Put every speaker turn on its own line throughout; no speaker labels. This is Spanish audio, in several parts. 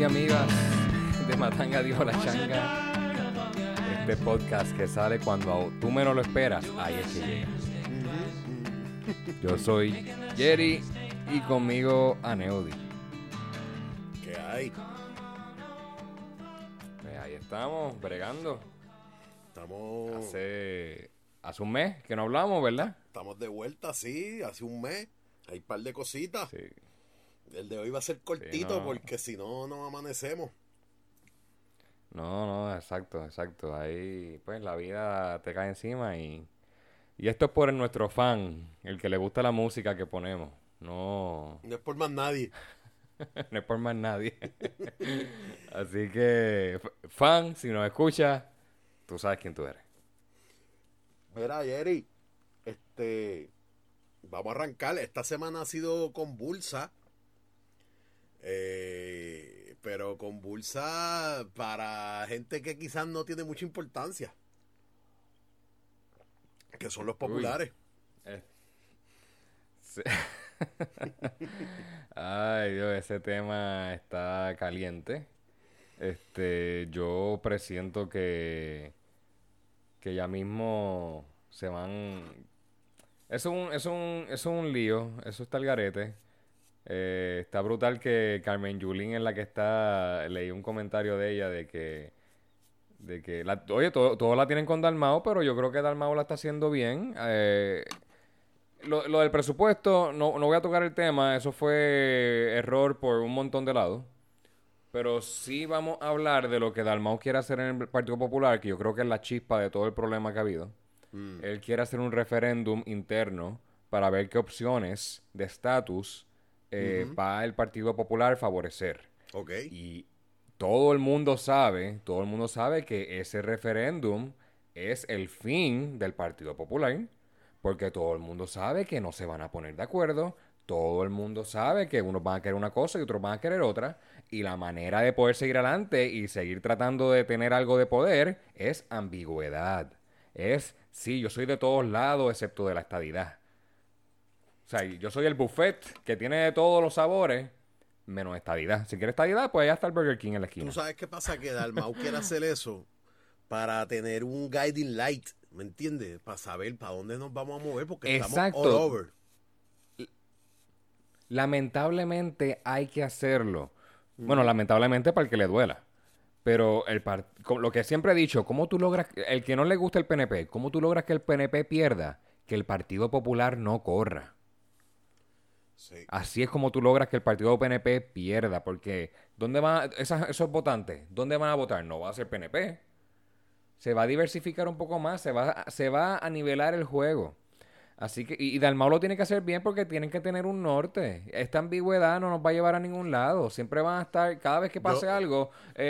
y amigas de Matanga Dijo la Changa, este podcast que sale cuando tú menos lo esperas, ahí es que llega. Yo soy Jerry y conmigo Aneudi.
¿Qué hay?
Pues ahí estamos, bregando.
Estamos
Hace un mes que no hablamos, ¿verdad?
Estamos de vuelta, sí, hace un mes. Hay un par de cositas.
Sí.
El de hoy va a ser cortito,
Sí, no.
porque si no, no amanecemos.
No, exacto. Ahí, pues, la vida te cae encima y esto es por nuestro fan, el que le gusta la música que ponemos. No,
No es por más nadie.
no es por más nadie. Así que, fan, si nos escuchas, tú sabes quién tú eres.
Mira, Jerry, vamos a arrancar. Esta semana ha sido convulsa. Pero convulsa para gente que quizás no tiene mucha importancia. Que son los populares.
Sí. Ay, Dios, ese tema está caliente. Yo presiento que ya mismo se van. Es un lío, eso está al garete. Está brutal que Carmen Yulín en la que está, leí un comentario de ella oye, todo la tienen con Dalmau, pero yo creo que Dalmau la está haciendo bien. Lo del presupuesto, no voy a tocar el tema, eso fue error por un montón de lados. Pero sí vamos a hablar de lo que Dalmau quiere hacer en el Partido Popular, que yo creo que es la chispa de todo el problema que ha habido. Él quiere hacer un referéndum interno para ver qué opciones de estatus va el Partido Popular favorecer.
Ok.
Y todo el mundo sabe que ese referéndum es el fin del Partido Popular, porque todo el mundo sabe que no se van a poner de acuerdo, todo el mundo sabe que unos van a querer una cosa y otros van a querer otra, y la manera de poder seguir adelante y seguir tratando de tener algo de poder es ambigüedad. Sí, yo soy de todos lados excepto de la estadidad. O sea, yo soy el buffet que tiene de todos los sabores, menos estadidad. Si quieres estadidad, pues allá está el Burger King en la esquina.
¿Tú sabes qué pasa? Que Dalmau quiere hacer eso para tener un guiding light, ¿me entiendes? Para saber para dónde nos vamos a mover, porque
Exacto.
estamos all over.
Lamentablemente hay que hacerlo. Bueno, lamentablemente para el que le duela. Pero lo que siempre he dicho, ¿cómo tú logras, el que no le gusta el PNP, cómo tú logras que el PNP pierda? Que el Partido Popular no corra.
Sí.
Así es como tú logras que el Partido PNP pierda, porque ¿dónde van esos votantes? ¿Dónde van a votar? No va a ser PNP. Se va a diversificar un poco más, se va a nivelar el juego. Así que, y Dalmau lo tiene que hacer bien porque tienen que tener un norte. Esta ambigüedad no nos va a llevar a ningún lado. Siempre van a estar, cada vez que pase algo,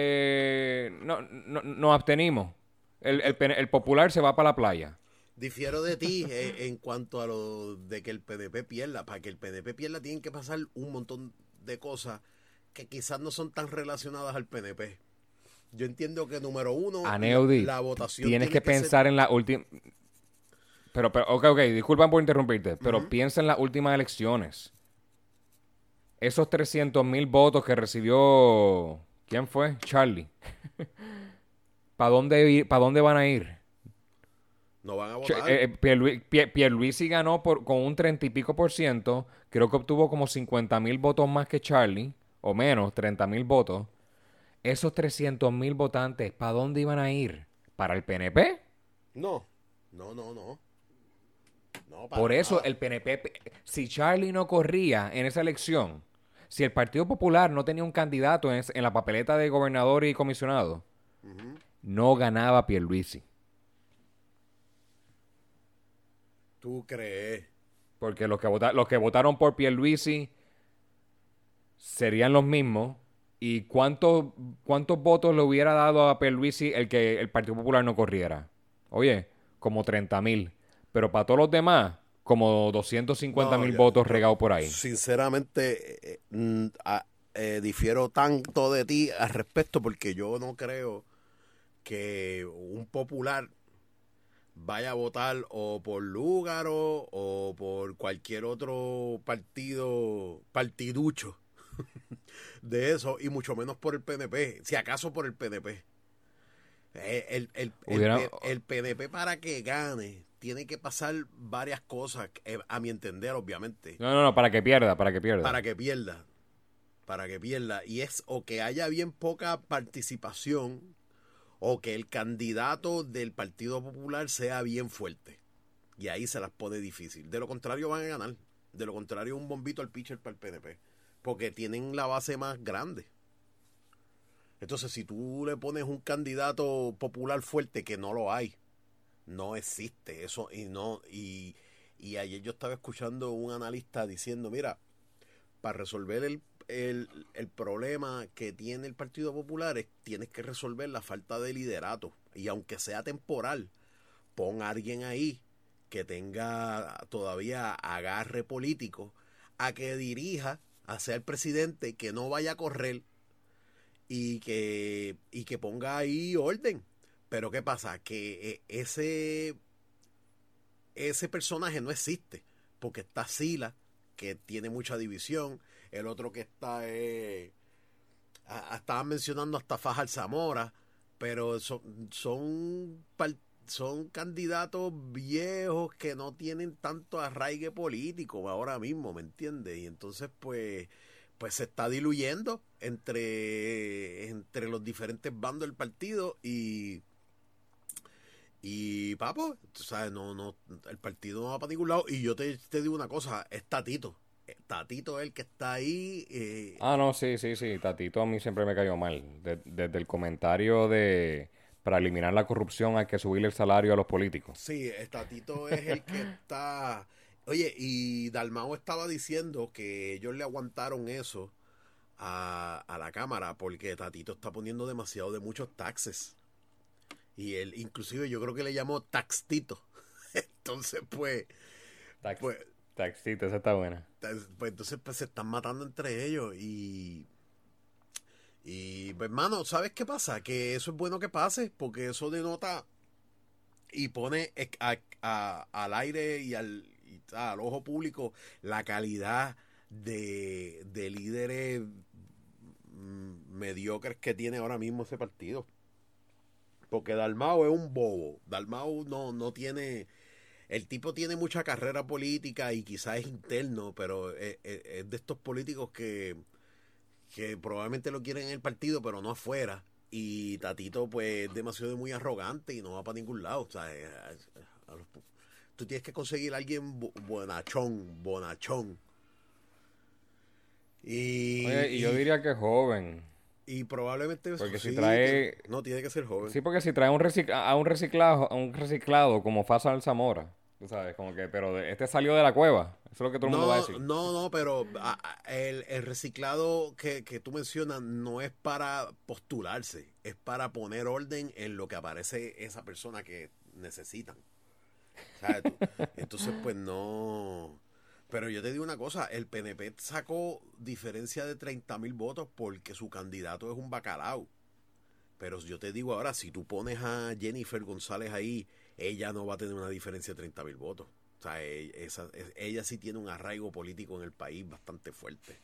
nos abstenimos. El popular se va para la playa.
Difiero de ti en cuanto a lo de que el PNP pierda. Para que el PNP pierda tienen que pasar un montón de cosas que quizás no son tan relacionadas al PNP. Yo entiendo que número uno,
Aneudi,
la votación
tienes
tiene
que pensar en la última. Pero, ok, disculpan por interrumpirte, pero piensa en las últimas elecciones. Esos 300,000 votos que recibió, ¿quién fue? Charlie. ¿Para dónde van a ir?
No van a votar.
Pierluisi ganó con un 30 y pico %. Creo que obtuvo como 50,000 votos más que Charlie, o menos, 30,000 votos. Esos 300,000 votantes, ¿para dónde iban a ir? ¿Para el PNP?
No.
Por eso
nada.
el PNP, si Charlie no corría en esa elección, si el Partido Popular no tenía un candidato en la papeleta de gobernador y comisionado, no ganaba Pierluisi.
¿Tú crees?
Porque los que votaron por Pierluisi serían los mismos. ¿Y cuántos votos le hubiera dado a Pierluisi el que el Partido Popular no corriera? Oye, como 30,000. Pero para todos los demás, como 250,000 votos regados por ahí.
Sinceramente, difiero tanto de ti al respecto, porque yo no creo que un popular vaya a votar o por Lúgaro o por cualquier otro partiducho. de eso, y mucho menos por el PNP, si acaso por el PNP.
Hubiera...
El PNP para que gane tiene que pasar varias cosas, a mi entender, obviamente,
No, para que pierda, para que pierda.
para que pierda, para que pierda. Y es o que haya bien poca participación o que el candidato del Partido Popular sea bien fuerte. Y ahí se las pone difícil. De lo contrario van a ganar. De lo contrario un bombito al pitcher para el PNP. Porque tienen la base más grande. Entonces si tú le pones un candidato popular fuerte que no lo hay, no existe eso y ayer yo estaba escuchando un analista diciendo, mira, para resolver el problema que tiene el Partido Popular tienes que resolver la falta de liderato y aunque sea temporal, pon a alguien ahí que tenga todavía agarre político a que dirija a ser presidente, que no vaya a correr y que ponga ahí orden. Pero ¿qué pasa? Que ese personaje no existe. Porque está Sila, que tiene mucha división. El otro que está estaban mencionando hasta Fajar Zamora. Pero son candidatos viejos que no tienen tanto arraigue político ahora mismo, ¿me entiendes? Y entonces pues se está diluyendo entre los diferentes bandos del partido y papo, tú sabes, el partido no va para ningún lado. Y yo te digo una cosa, es Tatito. Tatito es el que está ahí.
No, sí. Tatito a mí siempre me cayó mal. Desde el comentario de... Para eliminar la corrupción hay que subirle el salario a los políticos.
Sí, Tatito es el que está. Oye, y Dalmao estaba diciendo que ellos le aguantaron eso a la Cámara porque Tatito está poniendo demasiado de muchos taxes. Y él, inclusive, yo creo que le llamó Taxtito. Entonces, pues,
Taxito, esa está buena.
entonces, se están matando entre ellos. Pues, hermano, ¿sabes qué pasa? Que eso es bueno que pase, porque eso denota y pone al aire al ojo público la calidad de líderes mediocres que tiene ahora mismo ese partido. Porque Dalmau es un bobo. Dalmau no tiene. El tipo tiene mucha carrera política y quizás es interno, pero es de estos políticos que probablemente lo quieren en el partido, pero no afuera. Y Tatito, pues, es demasiado muy arrogante y no va para ningún lado. O sea, tú tienes que conseguir a alguien bonachón.
Oye, y yo diría que es joven.
Y probablemente
Porque si
sí,
trae...
no tiene que ser joven.
Sí, porque si trae a un reciclado como Faisal Zamora, tú sabes, como que, pero este salió de la cueva. Eso es lo que todo el mundo va a decir.
No, pero el reciclado que tú mencionas no es para postularse, es para poner orden en lo que aparece esa persona que necesitan. ¿Sabes tú? Entonces, pues no. Pero yo te digo una cosa, el PNP sacó diferencia de 30,000 votos porque su candidato es un bacalao. Pero yo te digo ahora, si tú pones a Jennifer González ahí, ella no va a tener una diferencia de 30,000 votos. O sea, ella sí tiene un arraigo político en el país bastante fuerte.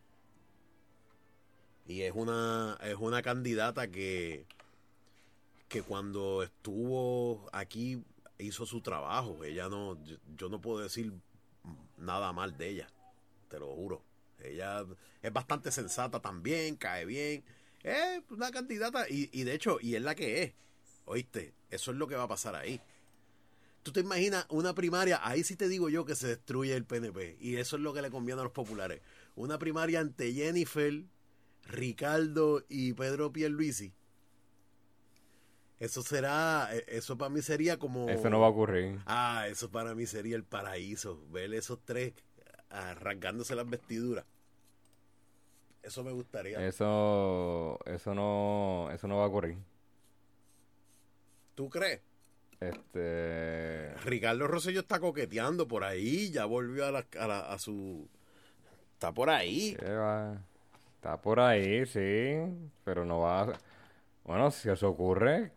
Y es una candidata que cuando estuvo aquí hizo su trabajo. Ella no, yo no puedo decir nada mal de ella, te lo juro. Ella es bastante sensata también, cae bien. Es una candidata y de hecho, y es la que es. ¿Oíste? Eso es lo que va a pasar ahí. ¿Tú te imaginas una primaria? Ahí sí te digo yo que se destruye el PNP. Y eso es lo que le conviene a los populares. Una primaria ante Jennifer, Ricardo y Pedro Pierluisi. Eso para mí sería como...
Eso no va a ocurrir.
Eso para mí sería el paraíso. Ver esos tres arrancándose las vestiduras. Eso me gustaría.
Eso no va a ocurrir.
¿Tú crees?
Este...
Ricardo Rosselló está coqueteando por ahí, ya volvió a su... Está por ahí.
¿Qué va? Está por ahí, sí, pero no va a... Bueno, si eso ocurre,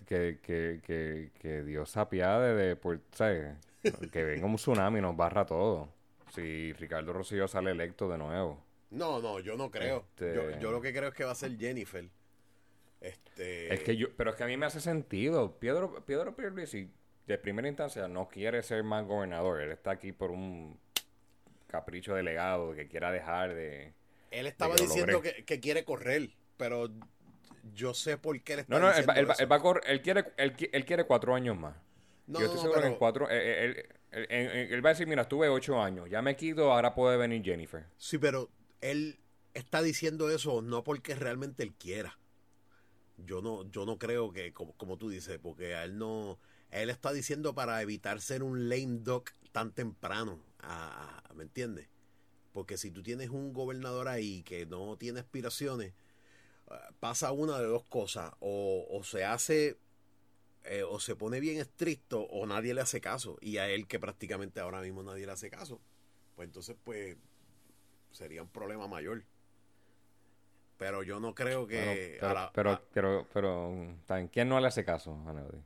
que Dios se apiade de, pues, ¿sabes? Que venga un tsunami y nos barra todo. Si Ricardo Rosselló sale electo de nuevo.
No, yo no creo. Yo lo que creo es que va a ser Jennifer.
Pero es que a mí me hace sentido. Pedro Pierluisi, de primera instancia, no quiere ser más gobernador. Él está aquí por un capricho delegado que quiera dejar
Él
de
estaba
que lo
diciendo
logré.
que quiere correr, pero yo sé por qué él
No,
está
no,
diciendo
él
eso.
va a él quiere 4 años más. Y yo estoy
No,
seguro que en
pero
4, él va a decir, mira, estuve 8 años, ya me quito, ahora puede venir Jennifer.
sí, pero él está diciendo eso no porque realmente él quiera. Yo no creo que, como tú dices, porque a él no, él está diciendo para evitar ser un lame duck tan temprano, ¿me entiendes? Porque si tú tienes un gobernador ahí que no tiene aspiraciones, pasa una de dos cosas, o se hace, o se pone bien estricto, o nadie le hace caso, y a él que prácticamente ahora mismo nadie le hace caso, pues entonces pues sería un problema mayor. Pero yo no creo
Bueno,
que a la,
¿también quién no le hace caso a Neody?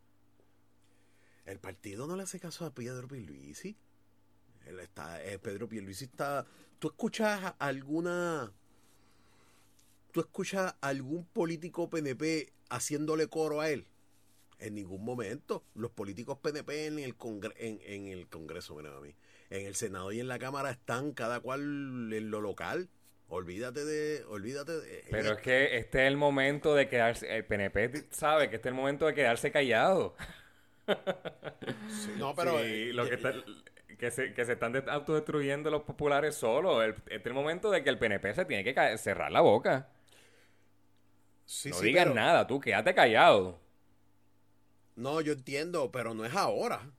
el partido no le hace caso a Pedro Pierluisi. Pedro Pierluisi está. ¿Tú escuchas alguna, tú escuchas algún político PNP haciéndole coro a él? En ningún momento. Los políticos PNP en el Congreso, mira a mí, en el Senado y en la Cámara están cada cual en lo local. Olvídate de.
Pero es que este es el momento de quedarse, el PNP sabe que este es el momento de quedarse callado.
Sí, no, pero
Sí, que se están autodestruyendo los populares solos. Este es el momento de que el PNP se tiene que cerrar la boca.
sí,
No
sí,
digas
pero
nada, tú quédate callado.
no, yo entiendo, pero no es ahora.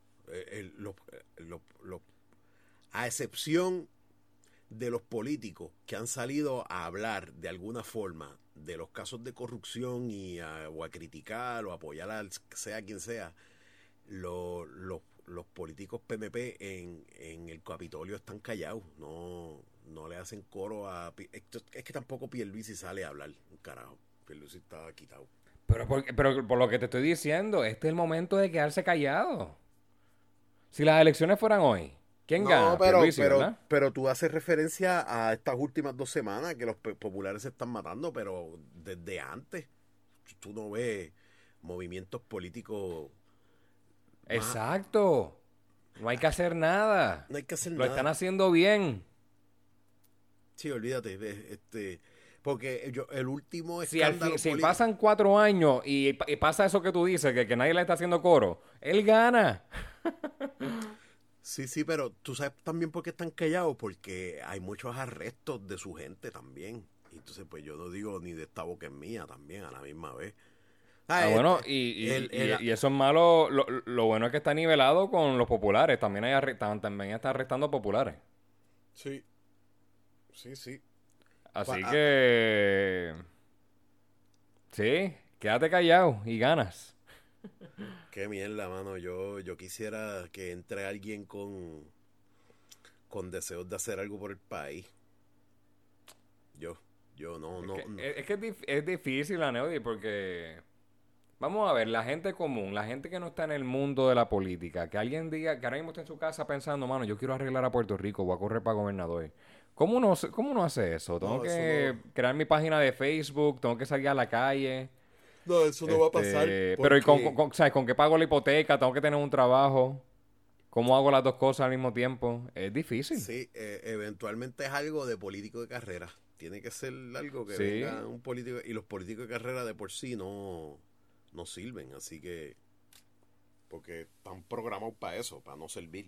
A excepción de los políticos que han salido a hablar de alguna forma de los casos de corrupción o a criticar o apoyar a sea quien sea, los políticos PNP en el Capitolio están callados, no le hacen coro a. Es que tampoco Pierluisi sale a hablar, un carajo. Pierluisi está quitado.
Pero por lo que te estoy diciendo, este es el momento de quedarse callado. Si las elecciones fueran hoy, ¿quién
No,
gana? Pierluisi, ¿verdad?
pero tú haces referencia a estas últimas 2 semanas que los populares se están matando, pero desde antes tú no ves movimientos políticos más.
Exacto. No hay que hacer nada.
No hay que hacer
Lo están
nada.
haciendo bien.
Sí, olvídate. Porque el último
Si,
escándalo
si
político.
pasan 4 años y pasa eso que tú dices, que nadie le está haciendo coro, él gana.
Sí, sí, pero tú sabes también por qué están callados, porque hay muchos arrestos de su gente también. Y entonces, pues yo no digo ni de esta boca es mía también a la misma vez.
Ah,
Ah,
bueno,
el, el,
y eso es malo. Lo bueno es que está nivelado con los populares. También también está arrestando populares.
sí, sí, sí.
Así que. Sí, quédate callado y ganas.
Qué mierda, mano. Yo quisiera que entre alguien con deseos de hacer algo por el país. Yo, yo no,
Es
no,
que
no.
es difícil, Aneudi, porque. Vamos a ver, la gente común, la gente que no está en el mundo de la política, que alguien diga, que ahora mismo está en su casa pensando, mano, yo quiero arreglar a Puerto Rico, voy a correr para gobernador. Cómo uno hace eso? Tengo
No, eso no.
que crear mi página de Facebook, tengo que salir a la calle.
No, eso no va a pasar
Pero ¿y
porque
¿sabes? ¿Con qué pago la hipoteca? Tengo que tener un trabajo. ¿Cómo hago las dos cosas al mismo tiempo? Es difícil.
sí, eventualmente es algo de político de carrera. Tiene que ser algo que
Sí,
venga un político y los políticos de carrera de por sí no sirven, así que porque están programados para eso, para no servir.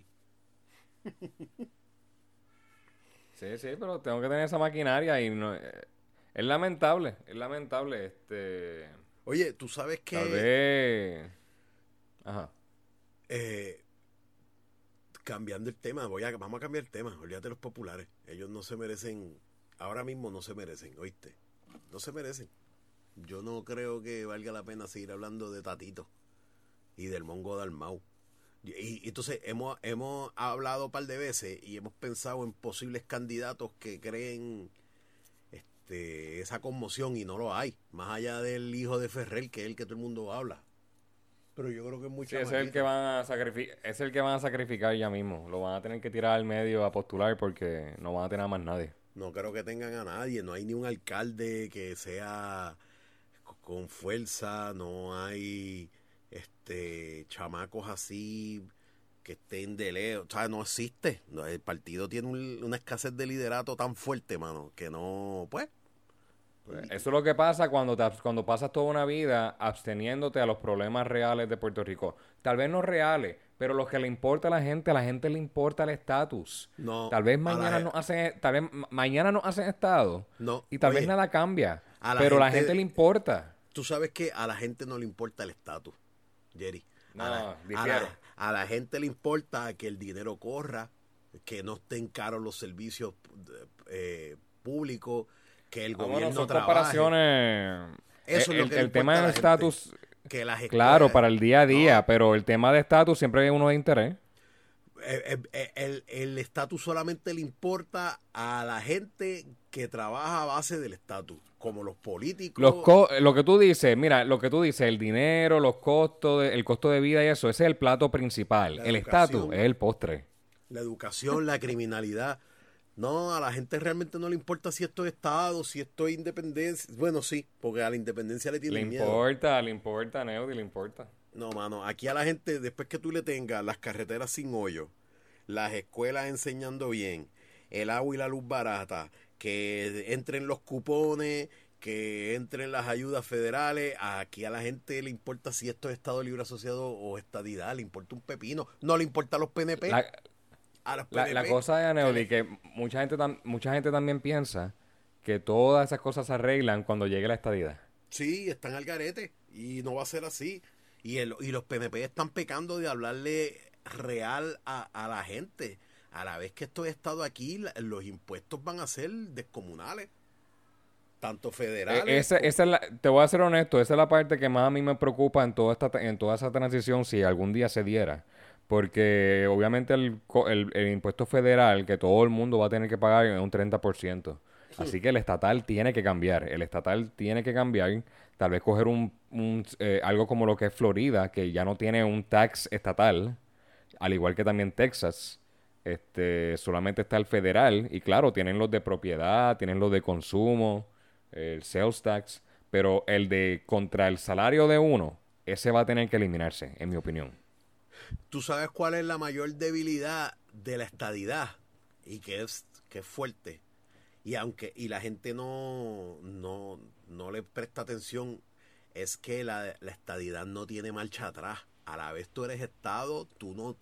sí, pero tengo que tener esa maquinaria y no, es lamentable,
Oye, tú sabes
tal
que
vez, ajá.
eh, cambiando el tema, vamos a cambiar el tema, olvídate de los populares, ellos no se merecen, ahora mismo no se merecen, ¿oíste? No se merecen. Yo no creo que valga la pena seguir hablando de Tatito y del Mongo Dalmau. Y entonces hemos hablado un par de veces y hemos pensado en posibles candidatos que creen esa conmoción y no lo hay. Más allá del hijo de Ferrer, que es el que todo el mundo habla. Pero yo creo que es muy
Sí, ese es el que
chamaquito.
van a sacrificar, es el que van a sacrificar ya mismo. Lo van a tener que tirar al medio a postular porque no van a tener a más nadie.
No creo que tengan a nadie. No hay ni un alcalde que sea con fuerza. No hay chamacos así que estén de lejos. O sea, no existe. El partido tiene una escasez de liderato tan fuerte, mano, que no, pues.
Pues, eso es lo que pasa cuando pasas toda una vida absteniéndote a los problemas reales de Puerto Rico. Tal vez no reales, pero lo que le importa a la gente le importa el estatus.
No,
Tal vez
a la,
mañana
ge-
no hacen, tal vez mañana no hacen estado
no,
y tal vez
oye,
nada cambia,
a la
pero a la gente le
gente,
importa.
tú sabes que a la gente no le importa el estatus, Jerry.
No, difiero.
A la gente le importa que el dinero corra, que no estén caros los servicios públicos, que el
Bueno,
gobierno
son
trabaje.
comparaciones.
Eso es lo que le
El tema
importa a
del
la gente.
estatus,
Que las
claro,
escuelas,
para el día a
no,
día, pero el tema de estatus siempre hay uno de interés.
el estatus solamente le importa a la gente que trabaja a base del estatus, como los políticos.
Lo que tú dices, mira, lo que tú dices, el dinero, los costos, el costo de vida y eso, ese es el plato principal.
La
El estatus
educación,
es el postre.
la educación, la criminalidad. No, a la gente realmente no le importa si esto es Estado, si esto es independencia. Bueno, sí, porque a la independencia le tienen miedo.
Le importa, Neudi, le importa.
No, mano, aquí a la gente, después que tú le tengas las carreteras sin hoyo, las escuelas enseñando bien, el agua y la luz barata, que entren los cupones, que entren las ayudas federales, aquí a la gente le importa si esto es Estado Libre Asociado o estadidad, le importa un pepino, no le importa a los PNP,
La,
a los
la
PNP,
cosa es,
que
Neudi,
le,
que mucha gente también piensa que todas esas cosas se arreglan cuando llegue la estadidad.
sí, están al garete y no va a ser así. Y los PNP están pecando de hablarle real a la gente. A la vez que esto he estado aquí, los impuestos van a ser descomunales, tanto federales como...
Te voy a ser honesto, esa es la parte que más a mí me preocupa en toda esa transición si algún día se diera. Porque obviamente el impuesto federal que todo el mundo va a tener que pagar es un 30%. Así que el estatal tiene que cambiar. El estatal tiene que cambiar. Tal vez coger algo como lo que es Florida, que ya no tiene un tax estatal, al igual que también Texas. Solamente está el federal. Y claro, tienen los de propiedad, tienen los de consumo, el sales tax. Pero el de contra el salario de uno, ese va a tener que eliminarse, en mi opinión.
¿Tú sabes cuál es la mayor debilidad de la estadidad? Y que es fuerte. Y la gente no le presta atención, es que la estadidad no tiene marcha atrás. A la vez tú eres Estado, tú no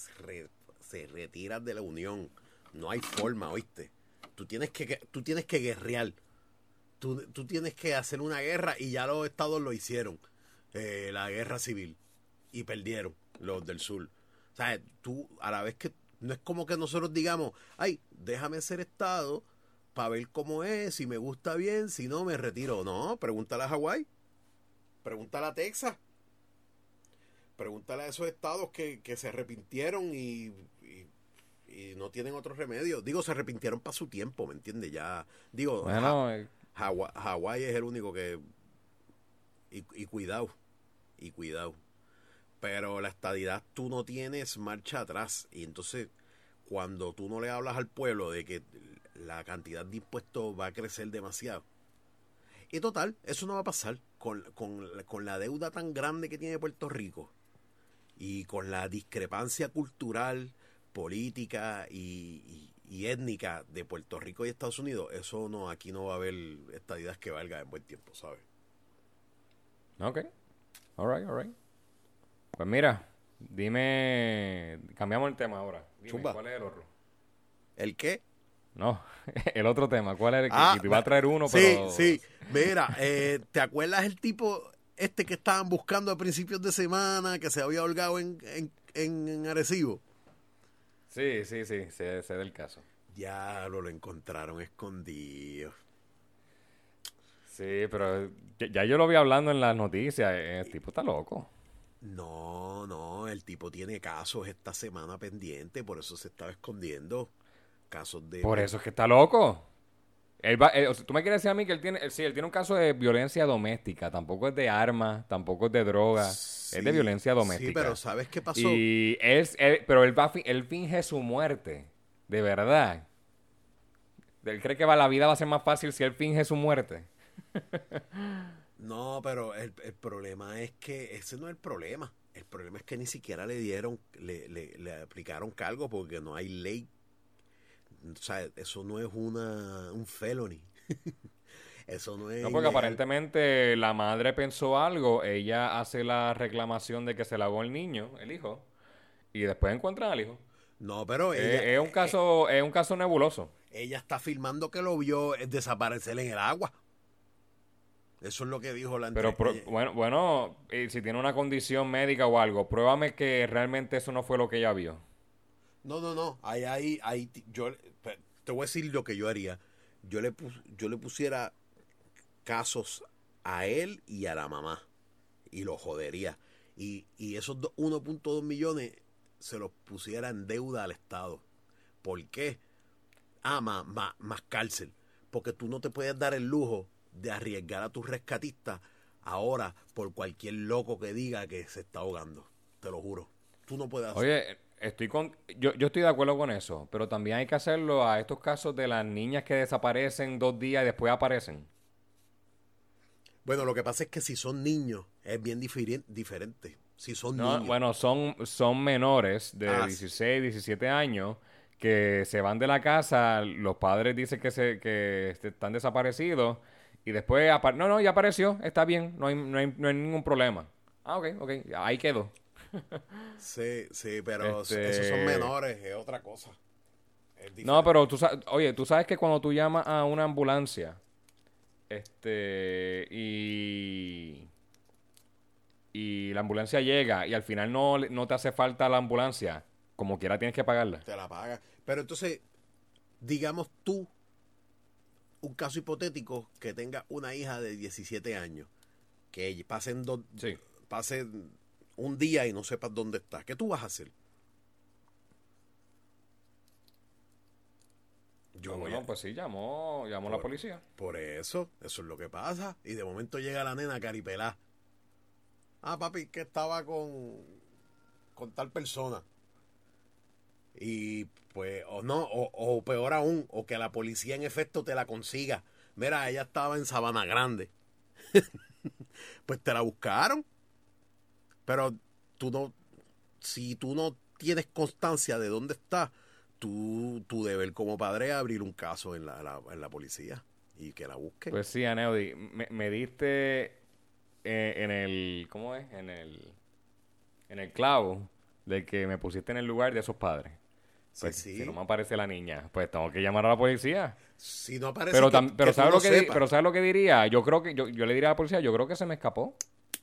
se retiras de la Unión. No hay forma, ¿oíste? Tú tienes que guerrear. Tú tienes que hacer una guerra y ya los estados lo hicieron. La guerra civil. Y perdieron los del sur. O sea, tú a la vez que no es como que nosotros digamos, ay, déjame ser Estado para ver cómo es, si me gusta bien, si no me retiro. No, pregúntale a Hawái, pregúntale a Texas, pregúntale a esos estados que se arrepintieron y no tienen otro remedio. Digo, se arrepintieron para su tiempo, ¿me entiendes? Ya, digo,
Bueno,
Hawái es el único que... Y cuidado, y cuidado. Pero la estadidad tú no tienes marcha atrás. Y entonces, cuando tú no le hablas al pueblo de que la cantidad de impuestos va a crecer demasiado. Y total, eso no va a pasar con la deuda tan grande que tiene Puerto Rico y con la discrepancia cultural, política y étnica de Puerto Rico y Estados Unidos. Eso no, aquí no va a haber estadidad que valga en buen tiempo, ¿sabes?
ok. All right. Pues mira, dime, cambiamos el tema ahora. Dime,
Chumba.
¿cuál es el otro?
¿El qué?
No, el otro tema, ¿cuál es el
Ah,
que te iba a traer uno,
sí,
pero
sí. Mira, ¿te acuerdas el tipo que estaban buscando a principios de semana, que se había holgado en Arecibo?
sí, sé del caso.
Ya lo encontraron escondido.
Sí, pero ya yo lo vi hablando en las noticias, el tipo está loco.
No, el tipo tiene casos esta semana pendiente, por eso se estaba escondiendo. Casos de...
Por eso es que está loco. O sea, tú me quieres decir a mí que sí, él tiene un caso de violencia doméstica, tampoco es de armas, tampoco es de droga, es de
Sí,
violencia
sí, pero
doméstica.
¿sabes qué pasó?
Y pero él finge su muerte, de verdad. Él cree que la vida va a ser más fácil si él finge su muerte.
No, pero el problema es que ese no es el problema. El problema es que ni siquiera le dieron, le aplicaron cargo porque no hay ley. O sea, eso no es un felony. Eso no es
No, porque
ilegal.
aparentemente la madre pensó algo, ella hace la reclamación de que se lavó el niño, el hijo, y después encuentran al hijo.
No, pero
Es un caso nebuloso.
ella está afirmando que lo vio desaparecer en el agua. Eso es lo que dijo la
Pero bueno, si tiene una condición médica o algo, pruébame que realmente eso no fue lo que ella vio.
No, no, no. Te voy a decir lo que yo haría. Yo le pusiera casos a él y a la mamá. Y lo jodería. Y esos 1.2 millones se los pusiera en deuda al Estado. ¿Por qué? Más cárcel. Porque tú no te puedes dar el lujo de arriesgar a tus rescatistas ahora por cualquier loco que diga que se está ahogando. Te lo juro. Tú no puedes hacer.
Oye, yo estoy de acuerdo con eso, pero también hay que hacerlo a estos casos de las niñas que desaparecen 2 días y después aparecen.
Bueno, lo que pasa es que si son niños es bien diferente. Si son
No,
niños.
bueno, son menores de
Ah,
16, 17 años que se van de la casa, los padres dicen que están desaparecidos y después, no, ya apareció, está bien, no hay ningún problema. Ah, ok, ahí quedó.
sí, sí, pero esos son
Este,
menores, es otra cosa. Es
no,
diferente.
pero oye, tú sabes que cuando tú llamas a una ambulancia, y la ambulancia llega y al final no te hace falta la ambulancia, como quiera tienes que pagarla.
Te la paga. Pero entonces, digamos tú, un caso hipotético que tenga una hija de 17 años, que
Sí.
pasen un día y no sepas dónde está. ¿Qué tú vas a hacer?
Ah,
Yo voy a...
bueno, pues sí, llamó a la
Por,
policía.
por eso es lo que pasa. Y de momento llega la nena caripelá. Ah, papi, que estaba con tal persona. Y pues, o no, o peor aún, o que la policía en efecto te la consiga. Mira, ella estaba en Sabana Grande. Pues te la buscaron. Pero tú no, si tú no tienes constancia de dónde está, tu deber como padre es abrir un caso en la policía y que la busquen.
Pues sí, Aneudi, me diste ¿cómo es? En el clavo de que me pusiste en el lugar de esos padres.
Sí,
Pues si no
sí.
me aparece la niña, pues tengo que llamar a la policía.
Si no aparece
Pero,
que tú no sepas,
pero ¿sabes lo que diría? Yo creo que yo le diría a la policía, yo creo que se me escapó.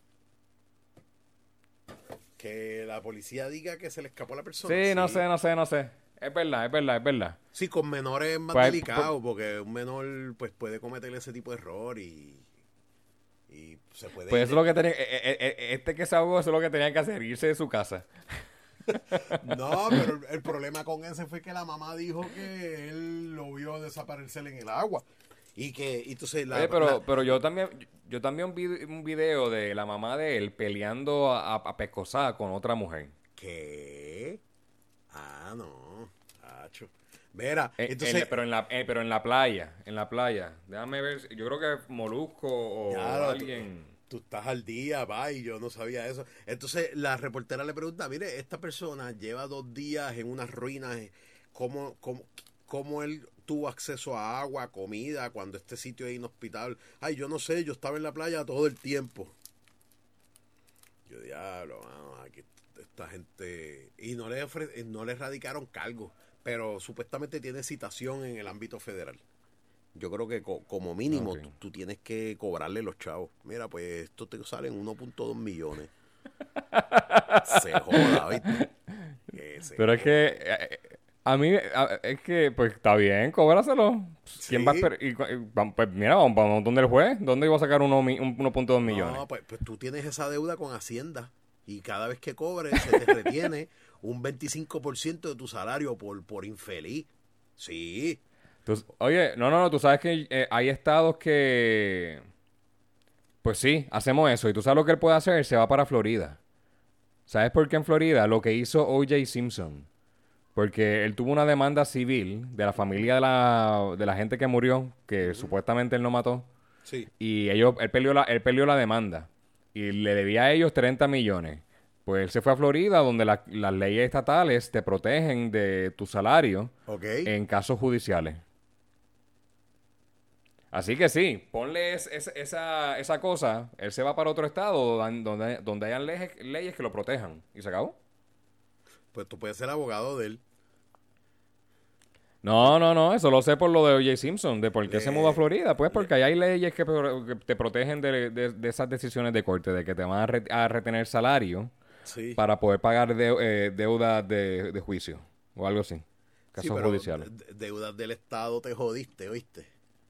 que la policía diga que se le escapó a la persona,
Sí,
sí.
no sé. Es verdad, es verdad.
Sí, con menores es más
Pues,
delicado porque un menor pues puede cometer ese tipo de error y se puede
pues
ir
eso es lo que tenía, este que se ahogó, eso es lo que tenía que hacer, irse de su casa.
No, pero el problema con ese fue que la mamá dijo que él lo vio desaparecer en el agua. Y que entonces
Oye, pero yo también vi un video de la mamá de él peleando a pescosada con otra mujer.
¿Qué? Ah, no. Hacho. Mira, entonces,
Pero en la playa. Déjame ver, yo creo que Molusco o
ya
alguien.
tú estás al día, va, y yo no sabía eso. Entonces la reportera le pregunta, mire, esta persona lleva 2 días en unas ruinas, ¿cómo él tuvo acceso a agua, comida, cuando este sitio es inhospitable? Ay, yo no sé, yo estaba en la playa todo el tiempo. Yo, diablo, mano, aquí esta gente... Y no le radicaron cargos, pero supuestamente tiene citación en el ámbito federal. Yo creo que como mínimo
Ok.
tú tienes que cobrarle los chavos. Mira, pues esto te sale en 1.2 millones. Se joda, ¿viste? Que se
Pero es que
joda.
es que, pues está bien, cóbraselo. ¿Quién va a
Sí.
esperar? Pues mira, vamos donde el juez. ¿Dónde iba a sacar 1.2 millones?
No, pues tú tienes esa deuda con Hacienda. Y cada vez que cobres se te retiene un 25% de tu salario por infeliz. Sí.
Oye, no, tú sabes que hay estados que, pues sí, hacemos eso. Y tú sabes lo que él puede hacer, se va para Florida. ¿Sabes por qué en Florida? Lo que hizo O.J. Simpson. porque él tuvo una demanda civil de la familia de la gente que murió, que supuestamente él no mató.
Sí.
Y él peleó la demanda. Y le debía a ellos 30 millones. Pues él se fue a Florida, donde las leyes estatales te protegen de tu salario
Ok.
en casos judiciales. Así que sí, ponle esa cosa, él se va para otro estado donde hayan leyes que lo protejan. Y se acabó.
Pues tú puedes ser abogado de él.
No, no, no, eso lo sé por lo de O.J. Simpson, de por qué se mudó a
Le,
Florida. Pues
le-
porque ahí hay leyes que te protegen de esas decisiones de corte, de que te van a retener salario
sí.
para poder pagar deudas de juicio o algo así,
Sí,
casos
pero
judiciales.
deudas del Estado te jodiste, ¿oíste?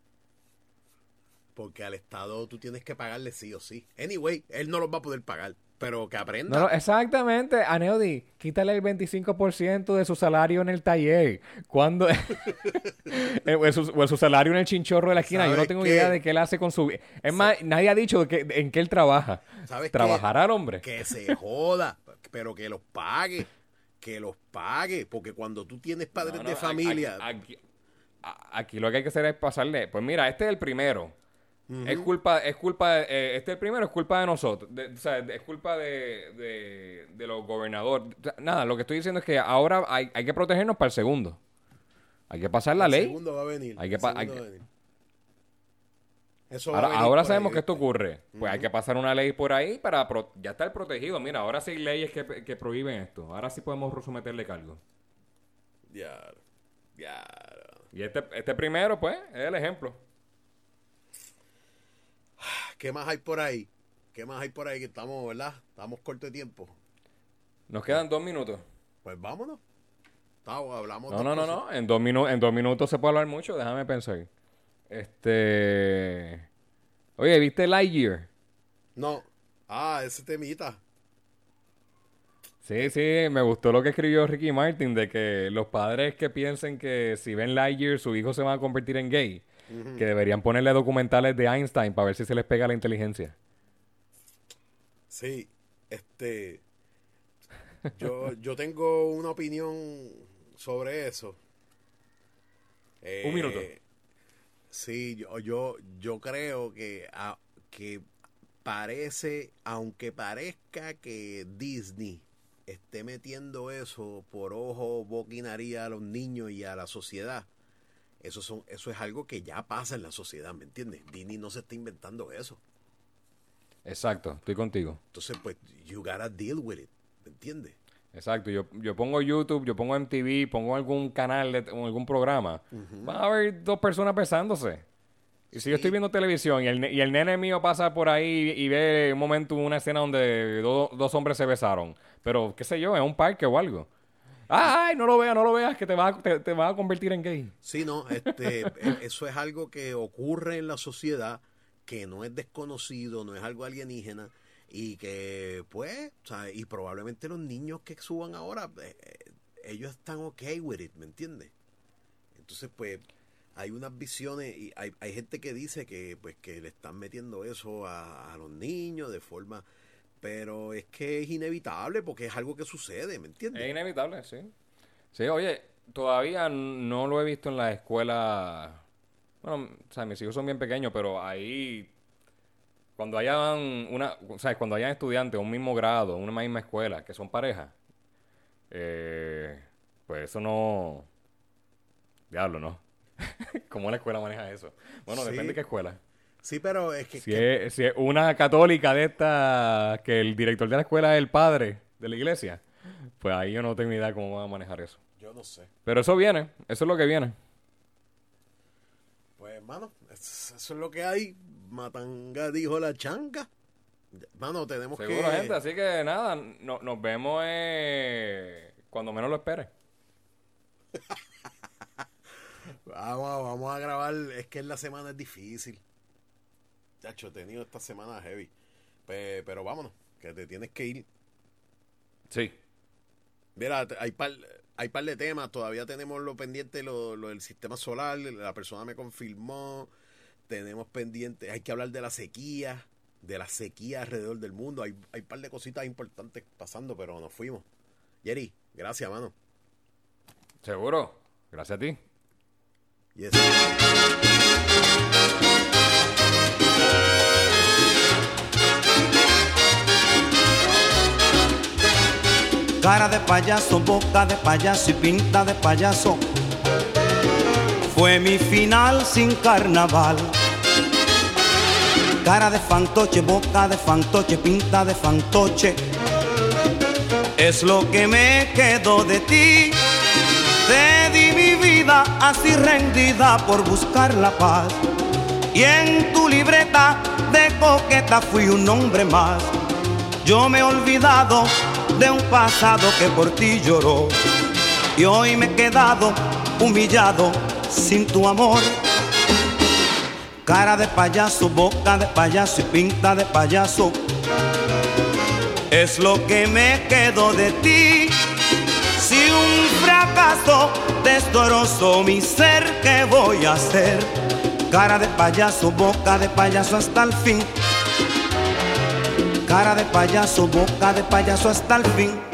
Porque al Estado tú tienes que pagarle sí o sí. Anyway, él no los va a poder pagar. Pero que
No, no,
aprenda.
exactamente, Aneudi, quítale el 25% de su salario en el taller. ¿Cuándo? O su salario en el chinchorro de la esquina. Yo no
¿Sabes
tengo idea de
qué?
qué él hace con su... Es
Sa-
más, nadie ha dicho en qué él trabaja.
¿Sabes qué?
¿Trabajará el hombre?
Que se joda, pero que los pague. Que los pague. Porque cuando tú tienes padres
No, no,
de familia.
aquí lo que hay que hacer es pasarle. Pues mira, este es el primero.
Ujú.
Este el primero es culpa de nosotros. O sea, es culpa de los gobernadores. O sea, nada, lo que estoy diciendo es que ahora hay que protegernos para el segundo. Hay que pasar la
El
ley.
segundo va a venir.
Hay que,
El
pa- hay
segundo va
que-
a venir. Eso va a
ahora,
venir
ahora
por ahí,
sabemos que esto
¿viste?
ocurre. Pues hay
Ujú.
que pasar una ley por ahí para ya estar protegido. Mira, ahora sí hay leyes que prohíben esto. Ahora sí podemos someterle cargo.
Ya. Ya.
Y este primero, pues, es el ejemplo.
¿Qué más hay por ahí? ¿Qué más hay por ahí? Que estamos, ¿verdad? Estamos corto de tiempo.
Nos
Pues,
quedan 2 minutos.
pues vámonos. Hablamos
No,
dos
no, no,
cosas.
no. En 2 minutos se puede hablar mucho. Déjame pensar. Oye, ¿viste Lightyear?
No. Ese temita.
Sí, sí, me gustó lo que escribió Ricky Martin de que los padres que piensen que si ven Lightyear su hijo se va a convertir en gay, que
Ujú.
deberían ponerle documentales de Einstein para ver si se les pega la inteligencia.
Sí. Este. Yo tengo una opinión sobre eso.
1 minuto.
Sí, yo creo que parece, aunque parezca que Disney esté metiendo eso por ojo, boca y nariz a los niños y a la sociedad, eso es algo que ya pasa en la sociedad, ¿me entiendes? Disney no se está inventando eso.
Exacto, estoy contigo.
Entonces, pues, you gotta deal with it, ¿me entiendes?
Exacto, yo pongo YouTube, yo pongo MTV, pongo algún canal o algún programa. Van a haber dos personas besándose. Y si yo estoy
Sí,
viendo televisión y el nene mío pasa por ahí y ve un momento una escena donde dos hombres se besaron, pero qué sé yo, en un parque o algo. Ay, no lo veas, que te va a convertir en gay.
sí, no, eso es algo que ocurre en la sociedad, que no es desconocido, no es algo alienígena, y que, pues, o sea, y probablemente los niños que suban ahora, ellos están ok with it, ¿me entiendes? Entonces, pues, hay unas visiones, y hay gente que dice que, pues, que le están metiendo eso a los niños de forma, pero es que es inevitable porque es algo que sucede, ¿me entiendes?
Es inevitable, sí. Sí, oye, todavía no lo he visto en la escuela. Bueno, o sea, mis hijos son bien pequeños, pero ahí, cuando hayan estudiantes, un mismo grado, una misma escuela, que son parejas, eh, pues eso no, diablo, ¿no? ¿Cómo la escuela maneja eso? Bueno, depende de
Sí,
qué escuela.
sí, pero es
Si es una católica de esta, que el director de la escuela es el padre de la iglesia, pues ahí yo no tengo ni idea cómo van a manejar eso.
yo no sé.
Pero eso viene, eso es lo que viene.
Pues, hermano, eso es lo que hay. Matanga dijo la changa. Mano, tenemos
Seguro, gente.
que...
Así que nada, nos vemos cuando menos lo esperes.
Vamos a grabar. Es que en la semana es difícil. Chacho, he tenido esta semana heavy. Pero vámonos, que te tienes que ir.
Sí.
Mira, hay par de temas. Todavía tenemos lo pendiente, lo del sistema solar. La persona me confirmó. Tenemos pendiente. Hay que hablar de la sequía. De la sequía alrededor del mundo. Hay par de cositas importantes pasando, pero nos fuimos. Jerry, gracias, mano.
Seguro. Gracias a ti.
Yes.
Cara de payaso, boca de payaso y pinta de payaso. Fue mi final sin carnaval. Cara de fantoche, boca de fantoche, pinta de fantoche. Es lo que me quedó de ti. Te di mi vida así rendida por buscar la paz. Y en tu libreta de coqueta fui un hombre más. Yo me he olvidado de un pasado que por ti lloró. Y hoy me he quedado humillado sin tu amor. Cara de payaso, boca de payaso y pinta de payaso. Es lo que me quedó de ti. Si un fracaso destrozó mi ser, ¿qué voy a hacer? Cara de payaso, boca de payaso hasta el fin. Cara de payaso, boca de payaso hasta el fin.